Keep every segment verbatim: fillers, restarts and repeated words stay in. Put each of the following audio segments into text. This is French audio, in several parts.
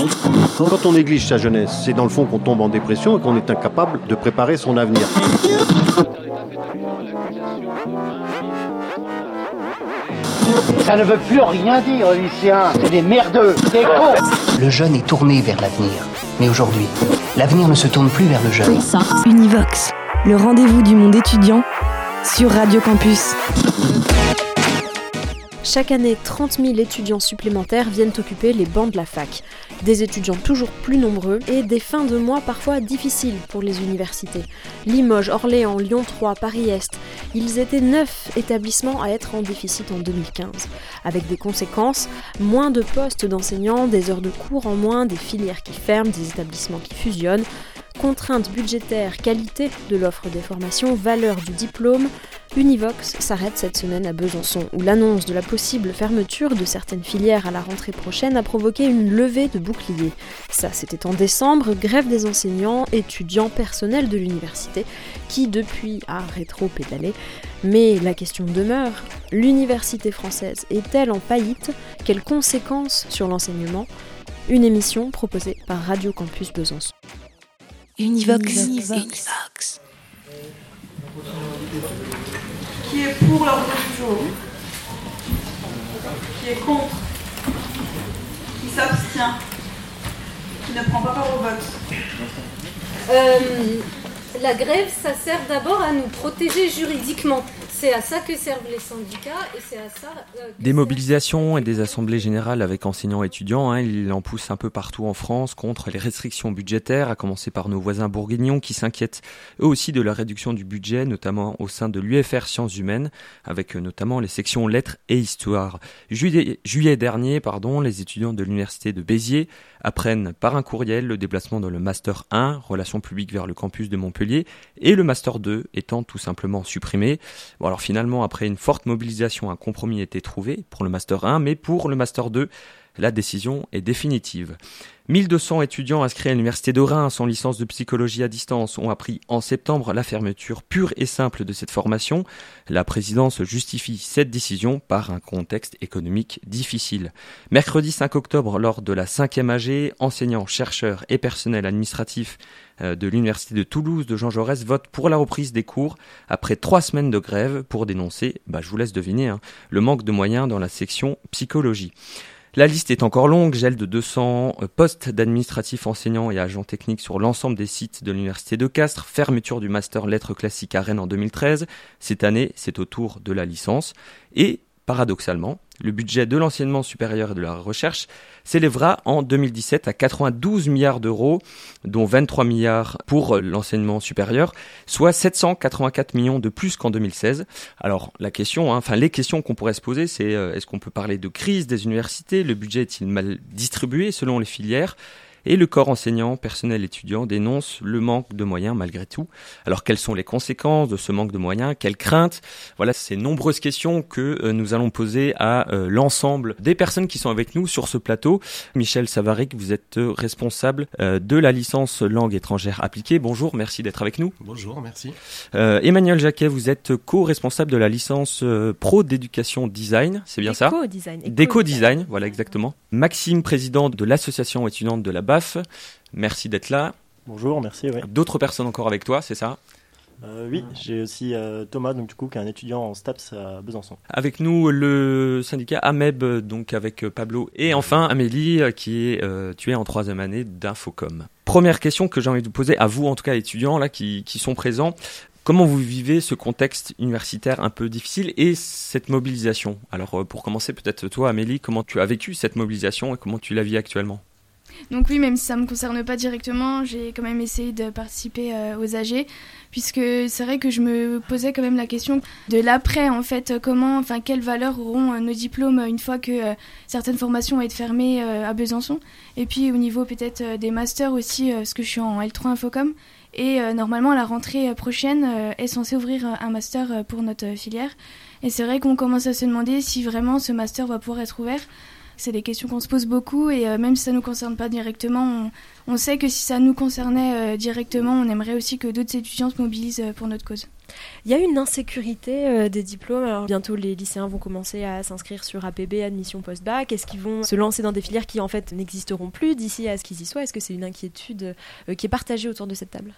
Quand on néglige sa jeunesse, c'est dans le fond qu'on tombe en dépression et qu'on est incapable de préparer son avenir. Ça ne veut plus rien dire, lycéens. C'est des merdeux, des cons. Le jeune est tourné vers l'avenir. Mais aujourd'hui, l'avenir ne se tourne plus vers le jeune. Univox, le rendez-vous du monde étudiant sur Radio Campus. Chaque année, trente mille étudiants supplémentaires viennent occuper les bancs de la fac. Des étudiants toujours plus nombreux et des fins de mois parfois difficiles pour les universités. Limoges, Orléans, Lyon trois, Paris-Est, ils étaient neuf établissements à être en déficit en deux mille quinze. Avec des conséquences, moins de postes d'enseignants, des heures de cours en moins, des filières qui ferment, des établissements qui fusionnent, contraintes budgétaires, qualité de l'offre des formations, valeur du diplôme. Univox s'arrête cette semaine à Besançon, où l'annonce de la possible fermeture de certaines filières à la rentrée prochaine a provoqué une levée de boucliers. Ça, c'était en décembre, grève des enseignants, étudiants, personnels de l'université, qui depuis a rétro-pédalé. Mais la question demeure, l'université française est-elle en faillite ? Quelles conséquences sur l'enseignement ? Une émission proposée par Radio Campus Besançon. Univox. Univox. Univox. Qui est pour l'ordre du jour? Qui est contre? Qui s'abstient? Qui ne prend pas part au vote? euh, La grève, ça sert d'abord à nous protéger juridiquement. C'est à ça que servent les syndicats et c'est à ça... Euh, des mobilisations et des assemblées générales avec enseignants et étudiants, hein, il en pousse un peu partout en France contre les restrictions budgétaires, à commencer par nos voisins bourguignons qui s'inquiètent eux aussi de la réduction du budget, notamment au sein de l'U F R Sciences Humaines, avec notamment les sections Lettres et Histoire. Juillet, juillet dernier, pardon, les étudiants de l'université de Béziers apprennent par un courriel le déplacement dans le Master un, Relations publiques vers le campus de Montpellier, et le Master deux étant tout simplement supprimé. Bon, alors finalement, après une forte mobilisation, un compromis a été trouvé pour le Master un, mais pour le Master deux, la décision est définitive. mille deux cents étudiants inscrits à l'université de Reims en licence de psychologie à distance ont appris en septembre la fermeture pure et simple de cette formation. La présidence justifie cette décision par un contexte économique difficile. Mercredi cinq octobre, lors de la cinquième A G, enseignants, chercheurs et personnel administratif de l'université de Toulouse de Jean Jaurès votent pour la reprise des cours après trois semaines de grève pour dénoncer, bah, je vous laisse deviner, hein, le manque de moyens dans la section psychologie. La liste est encore longue, gel de deux cents postes d'administratifs enseignants et agents techniques sur l'ensemble des sites de l'université de Castres, fermeture du master lettres classiques à Rennes en deux mille treize. Cette année, c'est au tour de la licence. Et, paradoxalement, le budget de l'enseignement supérieur et de la recherche s'élèvera en deux mille dix-sept à quatre-vingt-douze milliards d'euros, dont vingt-trois milliards pour l'enseignement supérieur, soit sept cent quatre-vingt-quatre millions de plus qu'en deux mille seize. Alors la question, hein, enfin les questions qu'on pourrait se poser, c'est euh, est-ce qu'on peut parler de crise des universités? Le budget est-il mal distribué selon les filières? Et le corps enseignant, personnel étudiant dénonce le manque de moyens malgré tout. Alors quelles sont les conséquences de ce manque de moyens? Quelles craintes? Voilà ces nombreuses questions que euh, nous allons poser à euh, l'ensemble des personnes qui sont avec nous sur ce plateau. Michel Savaric, vous êtes euh, responsable euh, de la licence langue étrangère appliquée. Bonjour, merci d'être avec nous. Bonjour, merci. Euh, Emmanuel Jacquet, vous êtes co-responsable de la licence euh, pro d'éducation design, c'est bien ça? Déco-design. Déco-design, voilà exactement. Maxime, président de l'association étudiante de la B A F, merci d'être là. Bonjour, merci. Oui. D'autres personnes encore avec toi, c'est ça? euh, Oui, j'ai aussi euh, Thomas, donc du coup, qui est un étudiant en STAPS à Besançon. Avec nous, le syndicat AMEB, donc avec Pablo, et enfin Amélie, qui est, euh, tu es en troisième année d'Infocom. Première question que j'ai envie de vous poser à vous, en tout cas étudiants là, qui, qui sont présents. Comment vous vivez ce contexte universitaire un peu difficile et cette mobilisation? Alors pour commencer, peut-être toi Amélie, comment tu as vécu cette mobilisation et comment tu la vis actuellement? Donc oui, même si ça ne me concerne pas directement, j'ai quand même essayé de participer euh, aux A G, puisque c'est vrai que je me posais quand même la question de l'après, en fait, comment, enfin, quelle valeur auront euh, nos diplômes une fois que euh, certaines formations vont être fermées euh, à Besançon, et puis au niveau peut-être euh, des masters aussi, euh, parce que je suis en L trois Infocom, et euh, normalement la rentrée prochaine euh, est censée ouvrir un master euh, pour notre euh, filière, et c'est vrai qu'on commence à se demander si vraiment ce master va pouvoir être ouvert. C'est des questions qu'on se pose beaucoup et euh, même si ça ne nous concerne pas directement, on, on sait que si ça nous concernait euh, directement, on aimerait aussi que d'autres étudiants se mobilisent euh, pour notre cause. Il y a une insécurité euh, des diplômes. Alors, bientôt, les lycéens vont commencer à s'inscrire sur A P B, admission post-bac. Est-ce qu'ils vont se lancer dans des filières qui, en fait, n'existeront plus d'ici à ce qu'ils y soient? Est-ce que c'est une inquiétude euh, qui est partagée autour de cette table?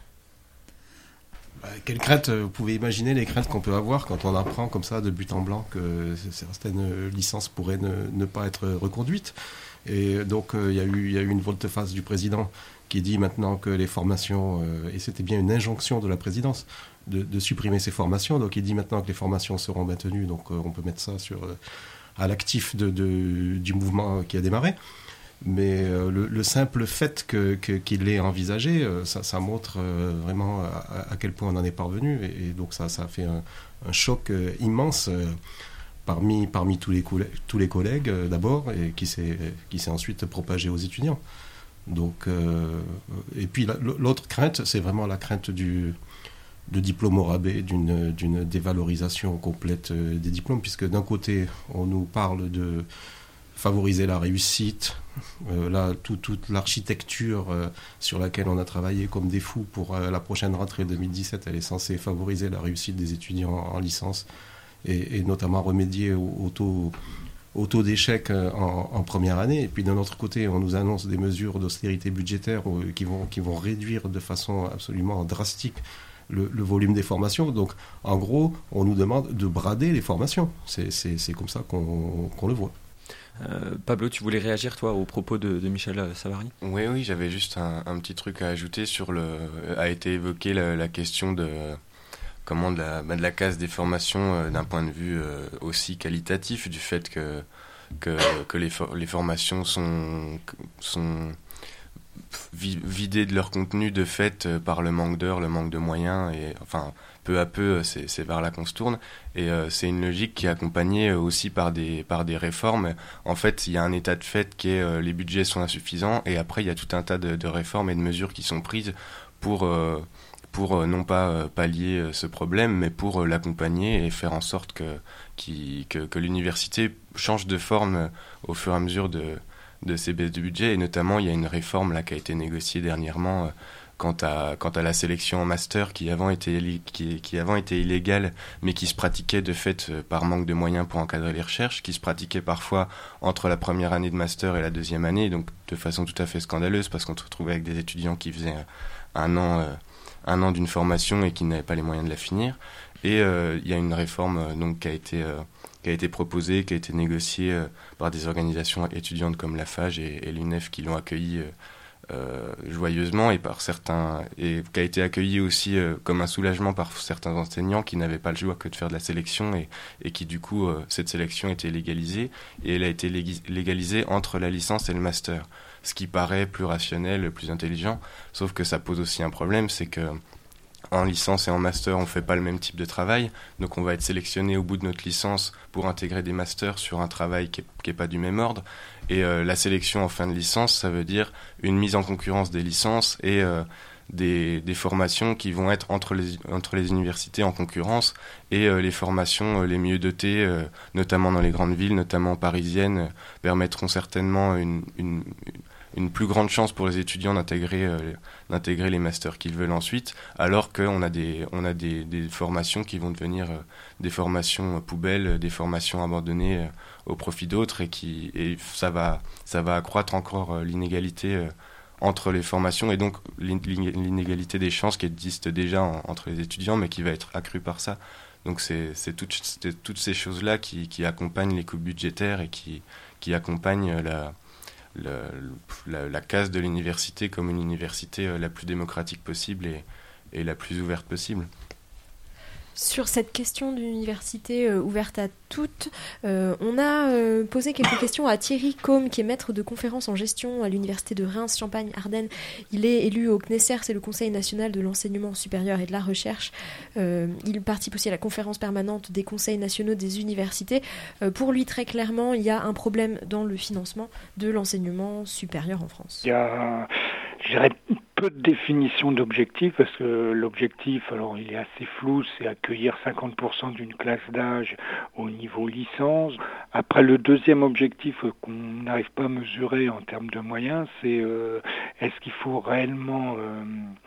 Bah, quelles craintes, vous pouvez imaginer les craintes qu'on peut avoir quand on apprend comme ça de but en blanc que certaines licences pourraient ne, ne pas être reconduites. Et donc, il euh, y a eu, y a eu une volte-face du président qui dit maintenant que les formations, euh, et c'était bien une injonction de la présidence, de, de supprimer ces formations. Donc il dit maintenant que les formations seront maintenues, donc euh, on peut mettre ça sur, euh, à l'actif de, de, du mouvement qui a démarré. Mais euh, le, le simple fait que, que, qu'il l'ait envisagé, euh, ça, ça montre euh, vraiment à, à quel point on en est parvenu. Et, et donc ça, ça a fait un, un choc euh, immense euh, parmi, parmi tous les, collègues, tous les collègues euh, d'abord, et qui s'est, qui s'est ensuite propagé aux étudiants. Donc, euh, et puis la, l'autre crainte, c'est vraiment la crainte du, de diplôme au rabais, d'une, d'une dévalorisation complète des diplômes, puisque d'un côté, on nous parle de favoriser la réussite, euh, là, tout, toute l'architecture euh, sur laquelle on a travaillé comme des fous pour euh, la prochaine rentrée deux mille dix-sept, elle est censée favoriser la réussite des étudiants en, en licence, et, et notamment remédier au, au taux... au taux d'échec en, en première année. Et puis d'un autre côté, on nous annonce des mesures d'austérité budgétaire qui vont, qui vont réduire de façon absolument drastique le, le volume des formations. Donc en gros, on nous demande de brader les formations. C'est, c'est, c'est comme ça qu'on, qu'on le voit. Euh, Pablo, tu voulais réagir toi aux propos de, de Michel Savary? Oui, oui, j'avais juste un, un petit truc à ajouter sur le... a été évoquée la, la question de... comment de la, bah de la casse des formations euh, d'un point de vue euh, aussi qualitatif, du fait que, que, que les, for- les formations sont, sont vi- vidées de leur contenu de fait euh, par le manque d'heures, le manque de moyens, et enfin peu à peu c'est, c'est vers là qu'on se tourne, et euh, c'est une logique qui est accompagnée aussi par des, par des réformes. En fait, il y a un état de fait qui est euh, les budgets sont insuffisants, et après il y a tout un tas de, de réformes et de mesures qui sont prises pour... Euh, pour euh, non pas euh, pallier euh, ce problème, mais pour euh, l'accompagner et faire en sorte que, qui, que, que l'université change de forme euh, au fur et à mesure de, de ces baisses de budget. Et notamment, il y a une réforme là, qui a été négociée dernièrement euh, quant, à, quant à la sélection en master qui avant, était, qui, qui avant était illégale, mais qui se pratiquait de fait euh, par manque de moyens pour encadrer les recherches, qui se pratiquait parfois entre la première année de master et la deuxième année, donc de façon tout à fait scandaleuse, parce qu'on se retrouvait avec des étudiants qui faisaient euh, un an... Euh, un an d'une formation et qui n'avaient pas les moyens de la finir. Et euh, il y a une réforme euh, donc, qui, a été, euh, qui a été proposée, qui a été négociée euh, par des organisations étudiantes comme la F A G et, et l'U N E F qui l'ont accueillie euh, euh, joyeusement, et, par certains, et qui a été accueillie aussi euh, comme un soulagement par certains enseignants qui n'avaient pas le choix que de faire de la sélection, et, et qui du coup, euh, cette sélection était légalisée, et elle a été légalisée entre la licence et le master. Ce qui paraît plus rationnel, plus intelligent, sauf que ça pose aussi un problème, c'est que en licence et en master, on ne fait pas le même type de travail, donc on va être sélectionné au bout de notre licence pour intégrer des masters sur un travail qui n'est pas du même ordre, et euh, la sélection en fin de licence, ça veut dire une mise en concurrence des licences et euh, des, des formations qui vont être entre les, entre les universités en concurrence, et euh, les formations euh, les mieux dotées, euh, notamment dans les grandes villes, notamment parisiennes, euh, permettront certainement une, une, une une plus grande chance pour les étudiants d'intégrer, euh, d'intégrer les masters qu'ils veulent ensuite, alors qu'on a des, on a des, des formations qui vont devenir euh, des formations poubelles, des formations abandonnées euh, au profit d'autres, et, qui, et ça, va, ça va accroître encore euh, l'inégalité euh, entre les formations, et donc l'inégalité des chances qui existe déjà en, entre les étudiants, mais qui va être accrue par ça. Donc c'est, c'est, tout, c'est toutes ces choses-là qui, qui accompagnent les coupes budgétaires et qui, qui accompagnent la... Le, la, la case de l'université comme une université euh, la plus démocratique possible et, et la plus ouverte possible. Sur cette question d'une université euh, ouverte à toutes, euh, on a euh, posé quelques questions à Thierry Combe, qui est maître de conférences en gestion à l'université de Reims, Champagne, Ardennes. Il est élu au C N E S E R, c'est le Conseil national de l'enseignement supérieur et de la recherche. Euh, il participe aussi à la conférence permanente des conseils nationaux des universités. Euh, pour lui, très clairement, il y a un problème dans le financement de l'enseignement supérieur en France. Il y a, je dirais, peu de définition d'objectif, parce que l'objectif, alors il est assez flou, c'est accueillir cinquante pour cent d'une classe d'âge au niveau licence. Après, le deuxième objectif qu'on n'arrive pas à mesurer en termes de moyens, c'est euh, est-ce qu'il faut réellement euh,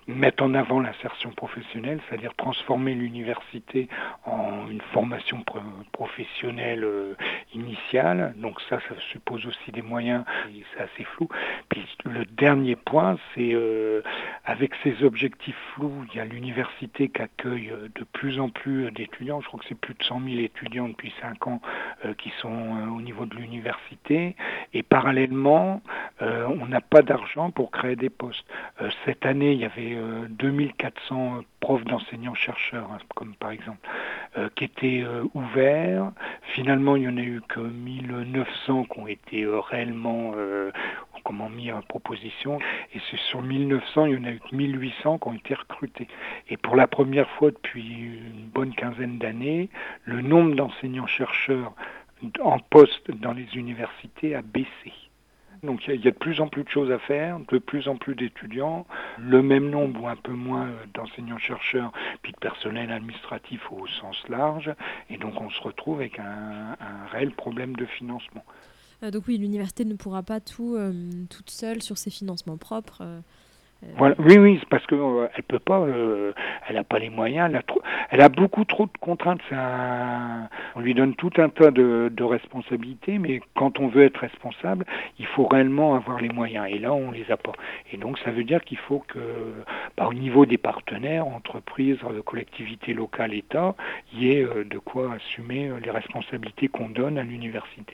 mettre en avant l'insertion professionnelle, c'est-à-dire transformer l'université en une formation pro- professionnelle euh, initiale. Donc ça, ça suppose aussi des moyens, et c'est assez flou. Puis le dernier point, c'est euh, avec ces objectifs flous, il y a l'université qui accueille de plus en plus d'étudiants. Je crois que c'est plus de cent mille étudiants depuis cinq ans euh, qui sont euh, au niveau de l'université. Et parallèlement, euh, on n'a pas d'argent pour créer des postes. Euh, cette année, il y avait euh, deux mille quatre cents profs d'enseignants-chercheurs, hein, comme par exemple, euh, qui étaient euh, ouverts. Finalement, il n'y en a eu que mille neuf cents qui ont été euh, réellement euh, comment, mis en proposition. Et c'est sur mille neuf cents, il y en a eu que mille huit cents qui ont été recrutés. Et pour la première fois depuis une bonne quinzaine d'années, le nombre d'enseignants-chercheurs en poste dans les universités a baissé. Donc il y, y a de plus en plus de choses à faire, de plus en plus d'étudiants, le même nombre ou un peu moins d'enseignants-chercheurs, puis de personnel administratif au sens large, et donc on se retrouve avec un, un réel problème de financement. Euh, donc oui, l'université ne pourra pas tout euh, toute seule sur ses financements propres. Euh, euh... Voilà. Oui, oui, c'est parce qu'elle euh, ne peut pas, euh, elle n'a pas les moyens, elle a, trop, elle a beaucoup trop de contraintes. C'est un, on lui donne tout un tas de, de responsabilités, mais quand on veut être responsable, il faut réellement avoir les moyens. Et là, on ne les a pas. Et donc, ça veut dire qu'il faut que, bah, au niveau des partenaires, entreprises, collectivités locales, État, il y ait euh, de quoi assumer les responsabilités qu'on donne à l'université.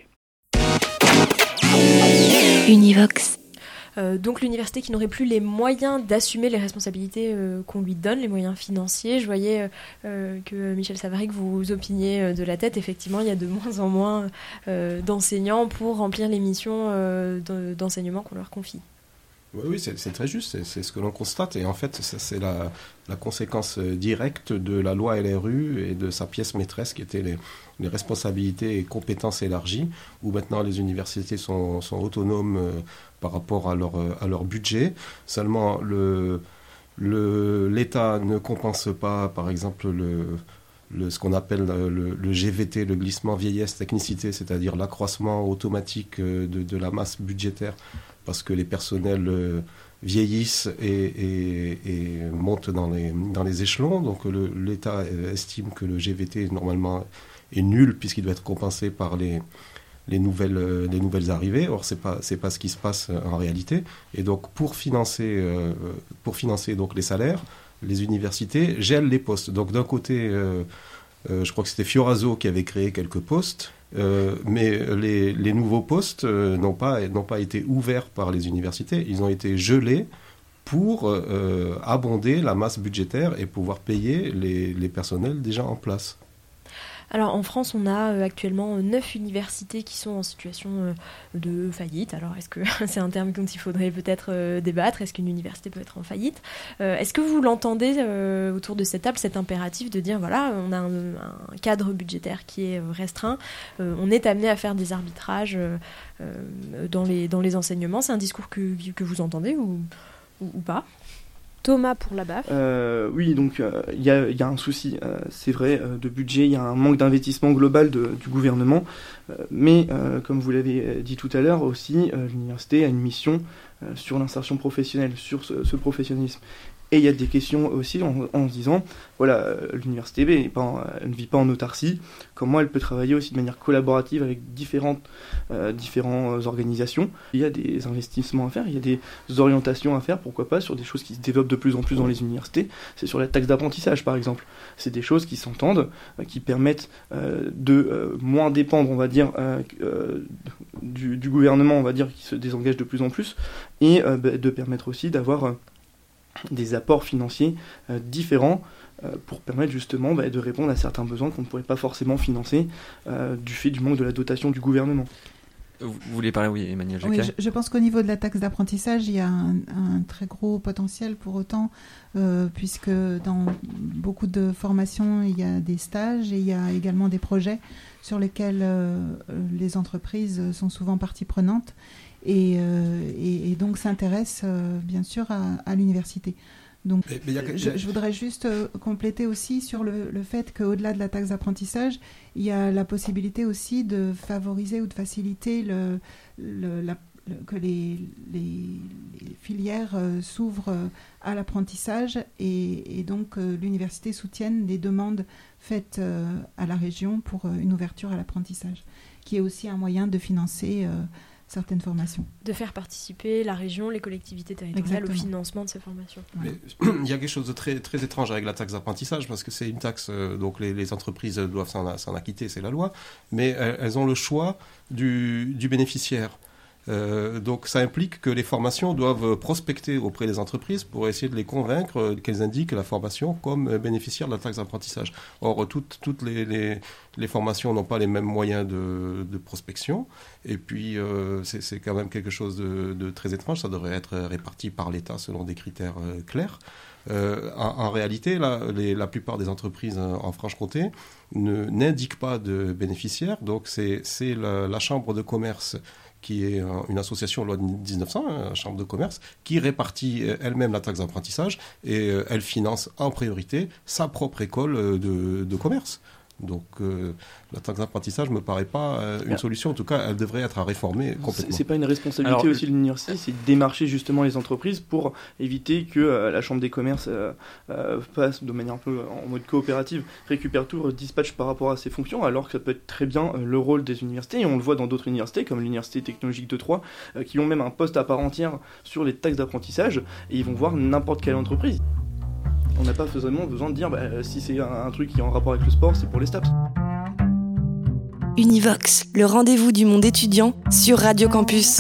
Univox. Euh, donc l'université qui n'aurait plus les moyens d'assumer les responsabilités euh, qu'on lui donne, les moyens financiers. Je voyais euh, que Michel Savary, que vous opiniez euh, de la tête. Effectivement, il y a de moins en moins euh, d'enseignants pour remplir les missions euh, de, d'enseignement qu'on leur confie. Oui, oui c'est, c'est très juste, c'est, c'est ce que l'on constate. Et en fait, ça, c'est la, la conséquence directe de la loi L R U et de sa pièce maîtresse qui était les, les responsabilités et compétences élargies, où maintenant les universités sont, sont autonomes euh, par rapport à leur, à leur budget. Seulement, le, le, l'État ne compense pas, par exemple, le... Le, ce qu'on appelle le, le G V T, le glissement vieillesse-technicité, c'est-à-dire l'accroissement automatique de, de la masse budgétaire, parce que les personnels euh, vieillissent et, et, et montent dans les, dans les échelons. Donc le, l'État estime que le G V T normalement est nul, puisqu'il doit être compensé par les, les, nouvelles, les nouvelles arrivées. Or, ce n'est pas, c'est pas ce qui se passe en réalité. Et donc, pour financer, euh, pour financer donc, les salaires, les universités gèlent les postes. Donc d'un côté, euh, euh, je crois que c'était Fioraso qui avait créé quelques postes, euh, mais les, les nouveaux postes euh, n'ont pas, n'ont pas été ouverts par les universités, ils ont été gelés pour euh, abonder la masse budgétaire et pouvoir payer les, les personnels déjà en place. Alors en France, on a euh, actuellement neuf universités qui sont en situation euh, de faillite. Alors est-ce que c'est un terme dont il faudrait peut-être euh, débattre ? Est-ce qu'une université peut être en faillite ? euh, Est-ce que vous l'entendez euh, autour de cette table, cet impératif de dire voilà, on a un, un cadre budgétaire qui est restreint, euh, on est amené à faire des arbitrages euh, euh, dans, les, dans les enseignements. C'est un discours que, que vous entendez ou, ou, ou pas ? Thomas pour la B A F. Euh, oui, donc il euh, y, y a un souci, euh, c'est vrai, euh, de budget, il y a un manque d'investissement global de, du gouvernement, euh, mais euh, comme vous l'avez dit tout à l'heure aussi, euh, l'université a une mission euh, sur l'insertion professionnelle, sur ce, ce professionnalisme. Et il y a des questions aussi en, en se disant, voilà, euh, l'université n'est pas en, elle ne vit pas en autarcie, comment elle peut travailler aussi de manière collaborative avec différentes, euh, différentes organisations. Il y a des investissements à faire, il y a des orientations à faire, pourquoi pas, sur des choses qui se développent de plus en plus dans les universités. C'est sur la taxe d'apprentissage, par exemple. C'est des choses qui s'entendent, euh, qui permettent euh, de euh, moins dépendre, on va dire, euh, euh, du, du gouvernement, on va dire, qui se désengage de plus en plus, et euh, bah, de permettre aussi d'avoir... Euh, des apports financiers euh, différents euh, pour permettre justement bah, de répondre à certains besoins qu'on ne pourrait pas forcément financer euh, du fait du manque de la dotation du gouvernement. Vous voulez parler, oui, Emmanuel Jacquet ? Oui, je, je pense qu'au niveau de la taxe d'apprentissage, il y a un, un très gros potentiel pour autant, euh, puisque dans beaucoup de formations, il y a des stages et il y a également des projets sur lesquels euh, les entreprises sont souvent partie prenante. Et, euh, et, et donc s'intéresse euh, bien sûr à, à l'université. Donc, mais, mais a... je, je voudrais juste euh, compléter aussi sur le, le fait qu'au-delà de la taxe d'apprentissage, il y a la possibilité aussi de favoriser ou de faciliter le, le, la, le, que les, les, les filières euh, s'ouvrent euh, à l'apprentissage et, et donc euh, l'université soutienne des demandes faites euh, à la région pour euh, une ouverture à l'apprentissage, qui est aussi un moyen de financer euh, certaines formations. De faire participer la région, les collectivités territoriales Exactement. Au financement de ces formations. Mais, il y a quelque chose de très, très étrange avec la taxe d'apprentissage, parce que c'est une taxe, euh, donc les, les entreprises doivent s'en, s'en acquitter, c'est la loi, mais elles, elles ont le choix du, du bénéficiaire. Euh, donc ça implique que les formations doivent prospecter auprès des entreprises pour essayer de les convaincre qu'elles indiquent la formation comme bénéficiaire de la taxe d'apprentissage. Or, toutes, toutes les, les, les formations n'ont pas les mêmes moyens de, de prospection, et puis euh, c'est, c'est quand même quelque chose de, de très étrange. Ça devrait être réparti par l'État selon des critères euh, clairs. Euh, en, en réalité, la, les, la plupart des entreprises en Franche-Comté ne, n'indiquent pas de bénéficiaires, donc c'est, c'est la, la Chambre de commerce qui est une association loi de dix-neuf cents, la Chambre de commerce, qui répartit elle-même la taxe d'apprentissage et elle finance en priorité sa propre école de, de commerce. Donc euh, la taxe d'apprentissage ne me paraît pas euh, une solution. En tout cas, elle devrait être à réformer complètement. C'est, c'est pas une responsabilité Alors, aussi de l'université, c'est de démarcher justement les entreprises pour éviter que euh, la Chambre des commerces euh, euh, passe de manière un peu en mode coopérative, récupère tout, dispatche par rapport à ses fonctions, alors que ça peut être très bien euh, le rôle des universités. Et on le voit dans d'autres universités, comme l'Université technologique de Troyes, euh, qui ont même un poste à part entière sur les taxes d'apprentissage, et ils vont voir n'importe quelle entreprise. On n'a pas vraiment besoin de dire bah, si c'est un, un truc qui est en rapport avec le sport, c'est pour les STAPS. Univox, le rendez-vous du monde étudiant sur Radio Campus.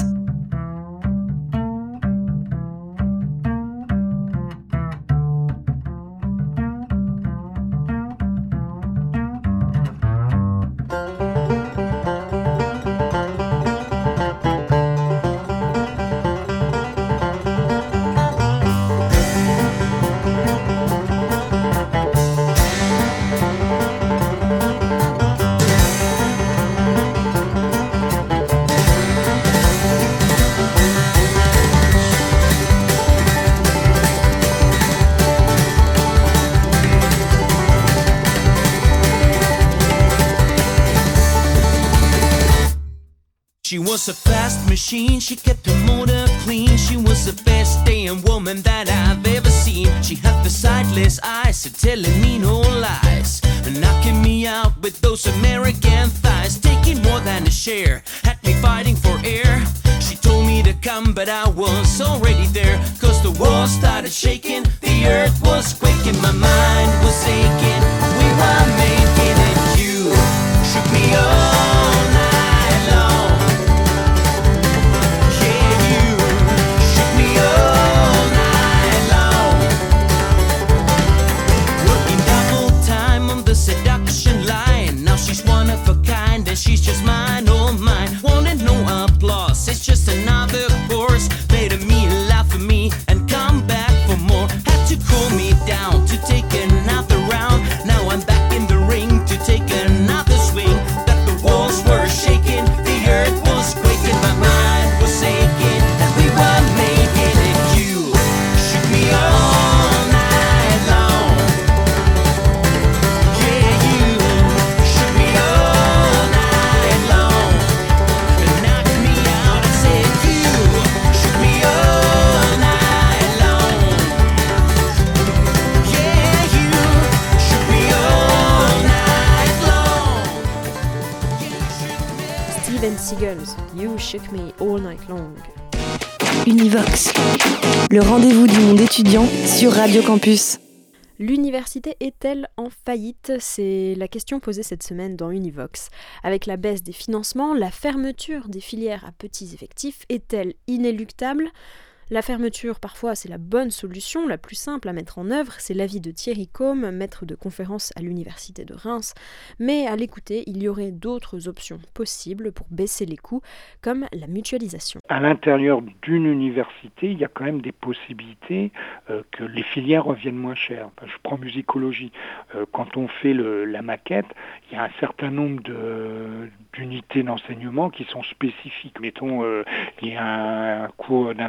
She was a fast machine, she kept her motor clean. She was the best damn woman that I've ever seen. She had the sightless eyes, telling me no lies, knocking me out with those American thighs, taking more than a share, had me fighting for air. She told me to come, but I was already there, cause the world started shaking, the earth was quaking, my mind was aching, we were making it. You shook me all night long. Yeah, you shook me all night long. Working double time on the seduction line. Now she's one of a kind and she's just mine, oh mine. Wanted no applause, it's just another course. Made me laugh at me and come back for more. Had to cool me down to take another round. Now I'm back in the ring to take another swing. That the walls were shaking, the earth was quaking, my mind was aching, and we were making it. You shook me all night long. Yeah, you shook me all night long and knocked me out. I said you shook me all night long. Yeah, you shook me all night long. Steven Seagul's You Shook Me All Night Long. Univox, le rendez-vous du monde étudiant sur Radio Campus. L'université est-elle en faillite ? C'est la question posée cette semaine dans Univox. Avec la baisse des financements, la fermeture des filières à petits effectifs est-elle inéluctable ? La fermeture, parfois, c'est la bonne solution, la plus simple à mettre en œuvre, c'est l'avis de Thierry Combe, maître de conférence à l'université de Reims. Mais à l'écouter, il y aurait d'autres options possibles pour baisser les coûts, comme la mutualisation. À l'intérieur d'une université, il y a quand même des possibilités euh, que les filières reviennent moins chères. Enfin, je prends musicologie. Euh, quand on fait le, la maquette, il y a un certain nombre de, d'unités d'enseignement qui sont spécifiques. Mettons, euh, il y a un, un cours d'instrument.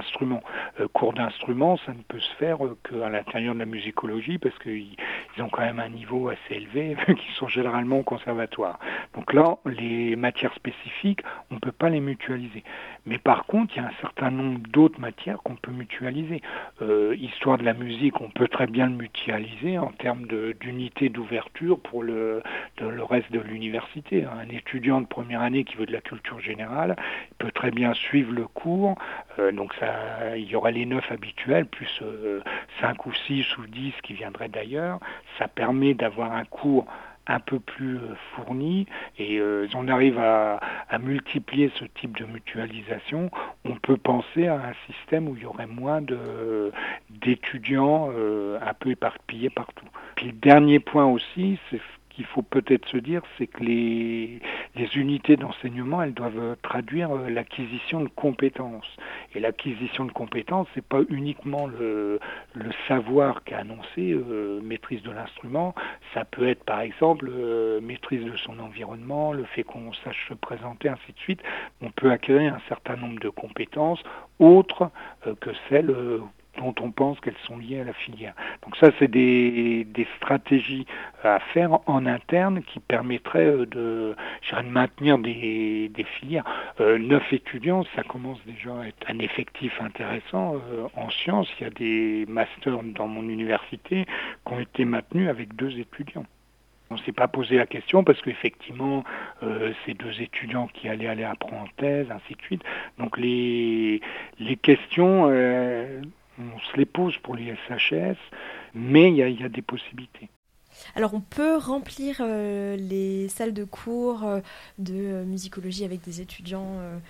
Euh, cours d'instruments, ça ne peut se faire euh, qu'à l'intérieur de la musicologie parce qu'ils ils ont quand même un niveau assez élevé qui sont généralement au conservatoire. Donc là, les matières spécifiques, on ne peut pas les mutualiser. Mais par contre, il y a un certain nombre d'autres matières qu'on peut mutualiser. Euh, histoire de la musique, on peut très bien le mutualiser en termes de, d'unité d'ouverture pour le, de, le reste de l'université. Un étudiant de première année qui veut de la culture générale, il peut très bien suivre le cours. Euh, donc ça, il y aurait les neuf habituels, plus euh, cinq ou six ou dix qui viendraient d'ailleurs. Ça permet d'avoir un cours un peu plus fourni et euh, si on arrive à, à multiplier ce type de mutualisation, on peut penser à un système où il y aurait moins de, d'étudiants euh, un peu éparpillés partout. Puis le dernier point aussi, c'est qu'il faut peut-être se dire, c'est que les, les unités d'enseignement, elles doivent traduire l'acquisition de compétences. Et l'acquisition de compétences, c'est pas uniquement le, le savoir qu'a annoncé, euh, maîtrise de l'instrument. Ça peut être, par exemple, euh, maîtrise de son environnement, le fait qu'on sache se présenter, ainsi de suite. On peut acquérir un certain nombre de compétences autres euh, que celles euh, dont on pense qu'elles sont liées à la filière. Donc ça, c'est des, des stratégies à faire en interne qui permettraient de, je dirais, de maintenir des, des filières. Euh, neuf étudiants, ça commence déjà à être un effectif intéressant. Euh, en sciences, il y a des masters dans mon université qui ont été maintenus avec deux étudiants. On ne s'est pas posé la question parce qu'effectivement, euh, c'est deux étudiants qui allaient aller apprendre en thèse, ainsi de suite. Donc les, les questions... Euh, on se les pose pour les S H S, mais il y, y a des possibilités. Alors on peut remplir euh, les salles de cours euh, de euh, musicologie avec des étudiants euh,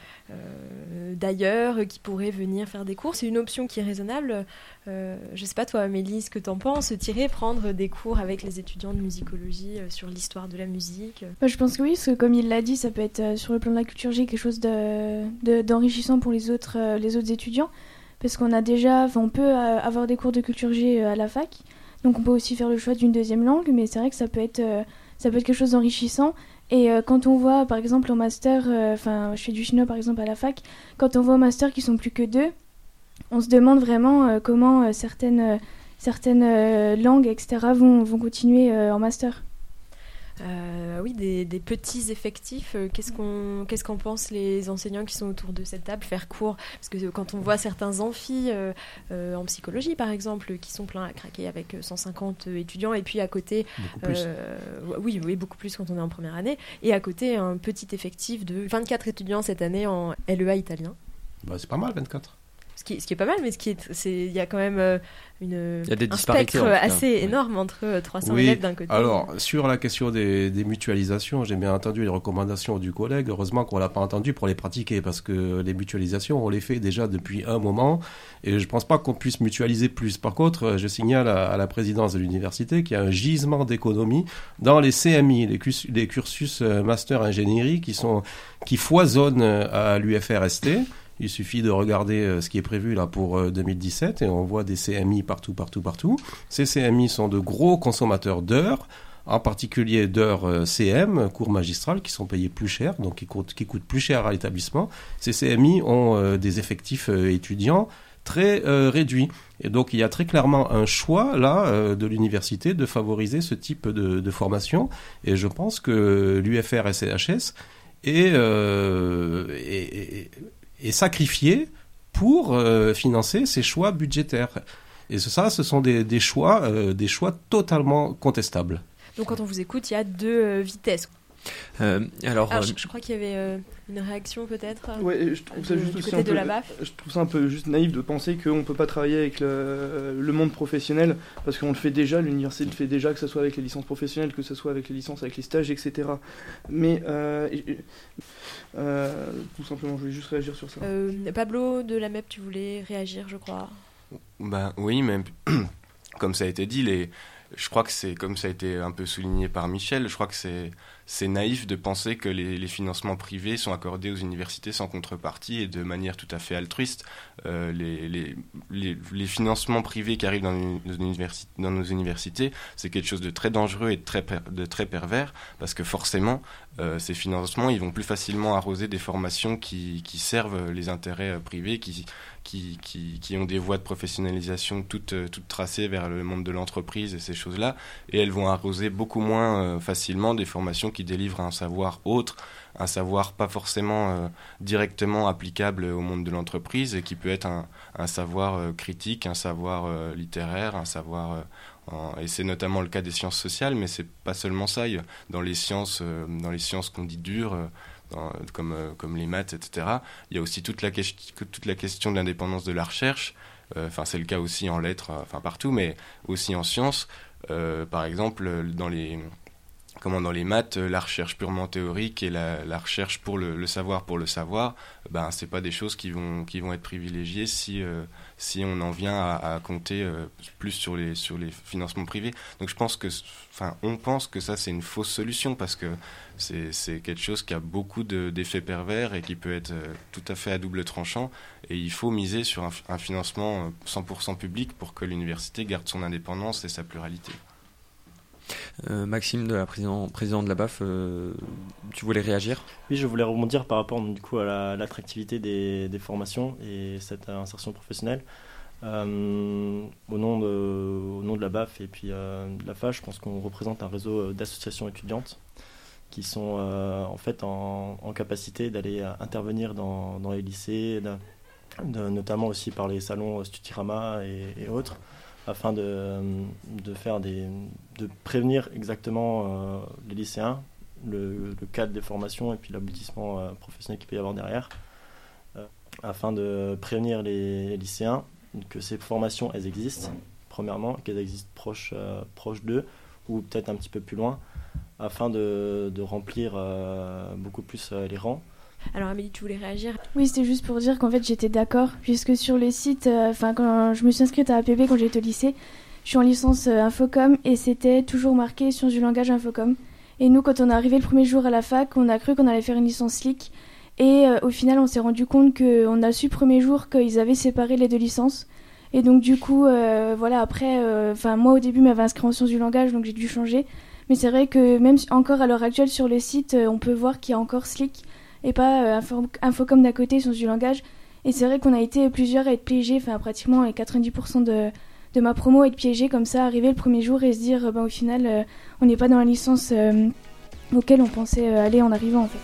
euh, d'ailleurs euh, qui pourraient venir faire des cours. C'est une option qui est raisonnable. Euh, je ne sais pas toi Amélie, ce que tu en penses, tirer, prendre des cours avec les étudiants de musicologie euh, sur l'histoire de la musique. Bah, je pense que oui, parce que comme il l'a dit, ça peut être euh, sur le plan de la culture G quelque chose de, de, d'enrichissant pour les autres, euh, les autres étudiants. Parce qu'on a déjà, enfin, on peut euh, avoir des cours de culture G euh, à la fac, donc on peut aussi faire le choix d'une deuxième langue, mais c'est vrai que ça peut être, euh, ça peut être quelque chose d'enrichissant. Et euh, quand on voit, par exemple, au master, enfin, euh, je fais du chinois par exemple à la fac, quand on voit au master qui sont plus que deux, on se demande vraiment euh, comment euh, certaines, euh, certaines euh, langues, et cetera, vont, vont continuer euh, en master. Euh, oui, des, des petits effectifs. Euh, qu'est-ce qu'on, qu'est-ce qu'en pensent les enseignants qui sont autour de cette table, faire cours? Parce que quand on voit certains amphis euh, euh, en psychologie, par exemple, qui sont pleins à craquer avec cent cinquante étudiants, et puis à côté, beaucoup plus. Euh, oui, oui, beaucoup plus quand on est en première année, et à côté un petit effectif de vingt-quatre étudiants cette année en L E A italien. Bah, c'est pas mal, vingt-quatre. Ce qui, ce qui est pas mal, mais ce qui est, c'est, il y a quand même euh, une, il y a des un spectre assez ouais. énorme entre trois cents oui. élèves d'un côté. Alors, sur la question des, des mutualisations, j'ai bien entendu les recommandations du collègue. Heureusement qu'on ne l'a pas entendu pour les pratiquer, parce que les mutualisations, on les fait déjà depuis un moment, et je ne pense pas qu'on puisse mutualiser plus. Par contre, je signale à, à la présidence de l'université qu'il y a un gisement d'économie dans les C M I, les, cus, les cursus master ingénierie, qui, sont, qui foisonnent à l'U F R S T. Il suffit de regarder ce qui est prévu là pour deux mille dix-sept et on voit des C M I partout, partout, partout. Ces C M I sont de gros consommateurs d'heures, en particulier d'heures C M, cours magistral, qui sont payés plus cher, donc qui coûtent, qui coûtent plus cher à l'établissement. Ces C M I ont euh, des effectifs euh, étudiants très euh, réduits. Et donc il y a très clairement un choix là euh, de l'université de favoriser ce type de, de formation. Et je pense que l'U F R S H S est... Euh, est, est et sacrifié pour euh, financer ces choix budgétaires. Et ça, ce sont des, des, choix, euh, des choix totalement contestables. Donc quand on vous écoute, il y a deux euh, vitesses. Euh, alors, alors euh... je, je crois qu'il y avait euh, une réaction peut-être. Ouais, je trouve ça de, juste du aussi côté un de peu, la B A F. Je trouve ça un peu juste naïf de penser qu'on peut pas travailler avec le, le monde professionnel parce qu'on le fait déjà, l'université le fait déjà, que ce soit avec les licences professionnelles, que ce soit avec les licences, avec les stages, et cetera. Mais euh, euh, tout simplement, je voulais juste réagir sur ça. Euh, Pablo de la M E P, tu voulais réagir, je crois. Ben oui, mais comme ça a été dit, les je crois que c'est, comme ça a été un peu souligné par Michel, je crois que c'est, c'est naïf de penser que les, les financements privés sont accordés aux universités sans contrepartie et de manière tout à fait altruiste. Euh, les, les, les, les financements privés qui arrivent dans nos, universi- dans nos universités, c'est quelque chose de très dangereux et de très, per- de très pervers, parce que forcément, euh, ces financements, ils vont plus facilement arroser des formations qui, qui servent les intérêts euh, privés, qui, qui, qui, qui ont des voies de professionnalisation toutes, toutes tracées vers le monde de l'entreprise et ces choses-là, et elles vont arroser beaucoup moins euh, facilement des formations qui délivrent un savoir autre, un savoir pas forcément euh, directement applicable au monde de l'entreprise et qui peut être un, un savoir euh, critique, un savoir euh, littéraire, un savoir... Euh, en, et c'est notamment le cas des sciences sociales, mais c'est pas seulement ça. Il y a, dans les sciences, euh, dans les sciences qu'on dit dures, euh, dans, comme, euh, comme les maths, et cetera, il y a aussi toute la, que, toute la question de l'indépendance de la recherche. Enfin, euh, c'est le cas aussi en lettres, enfin partout, mais aussi en sciences. Euh, par exemple, dans les... Comment dans les maths, la recherche purement théorique et la, la recherche pour le, le savoir pour le savoir, ben c'est pas des choses qui vont qui vont être privilégiées si euh, si on en vient à, à compter euh, plus sur les sur les financements privés. Donc je pense que, enfin, on pense que ça c'est une fausse solution parce que c'est c'est quelque chose qui a beaucoup de, d'effets pervers et qui peut être euh, tout à fait à double tranchant. Et il faut miser sur un, un financement cent pour cent public pour que l'université garde son indépendance et sa pluralité. Euh, Maxime, de la président, président de la B A F, euh, tu voulais réagir ? Oui, je voulais rebondir par rapport du coup, à la, l'attractivité des, des formations et cette insertion professionnelle. Euh, au, nom de, au nom de la B A F et puis euh, de la F A, je pense qu'on représente un réseau d'associations étudiantes qui sont euh, en fait en, en capacité d'aller intervenir dans, dans les lycées, de, de, notamment aussi par les salons Studirama et, et autres, afin de, de faire des, de prévenir exactement euh, les lycéens, le, le cadre des formations et puis l'aboutissement euh, professionnel qu'il peut y avoir derrière, euh, afin de prévenir les, les lycéens que ces formations, elles existent, premièrement, qu'elles existent proches, euh, proches d'eux, ou peut-être un petit peu plus loin, afin de, de remplir euh, beaucoup plus euh, les rangs. Alors Amélie, tu voulais réagir ? Oui, c'était juste pour dire qu'en fait j'étais d'accord, puisque sur le site, enfin euh, quand je me suis inscrite à A P B quand j'étais au lycée, je suis en licence euh, Infocom et c'était toujours marqué sciences du langage Infocom. Et nous, quand on est arrivé le premier jour à la fac, on a cru qu'on allait faire une licence S L I C et euh, au final on s'est rendu compte qu'on a su le premier jour qu'ils avaient séparé les deux licences. Et donc du coup, euh, voilà, après, enfin euh, moi au début m'avais inscrit en sciences du langage donc j'ai dû changer. Mais c'est vrai que même encore à l'heure actuelle sur le site, euh, on peut voir qu'il y a encore S L I C et pas euh, Info- Infocom d'à côté, sciences du langage. Et c'est vrai qu'on a été plusieurs à être piégés, enfin pratiquement quatre-vingt-dix pour cent de, de ma promo à être piégés comme ça, arriver le premier jour et se dire, euh, ben, au final, euh, on n'est pas dans la licence euh, auquel on pensait euh, aller en arrivant en fait.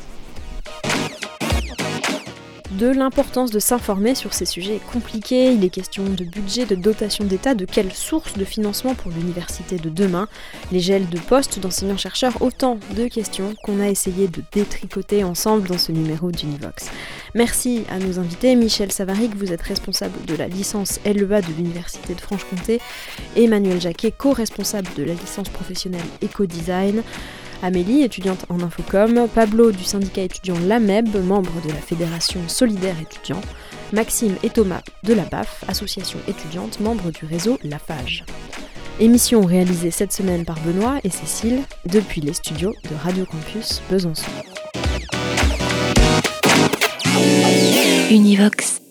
De l'importance de s'informer sur ces sujets compliqués, il est question de budget, de dotation d'État, de quelle source de financement pour l'université de demain, les gels de postes d'enseignants-chercheurs, autant de questions qu'on a essayé de détricoter ensemble dans ce numéro d'Univox. Merci à nos invités, Michel Savaric, vous êtes responsable de la licence L E A de l'Université de Franche-Comté, Emmanuel Jacquet, co-responsable de la licence professionnelle Éco-Design, Amélie, étudiante en Infocom, Pablo du syndicat étudiant l'A M E B, membre de la Fédération Solidaire Étudiant, Maxime et Thomas de la B A F, association étudiante, membre du réseau La Fage. Émission réalisée cette semaine par Benoît et Cécile, depuis les studios de Radio Campus Besançon. Univox.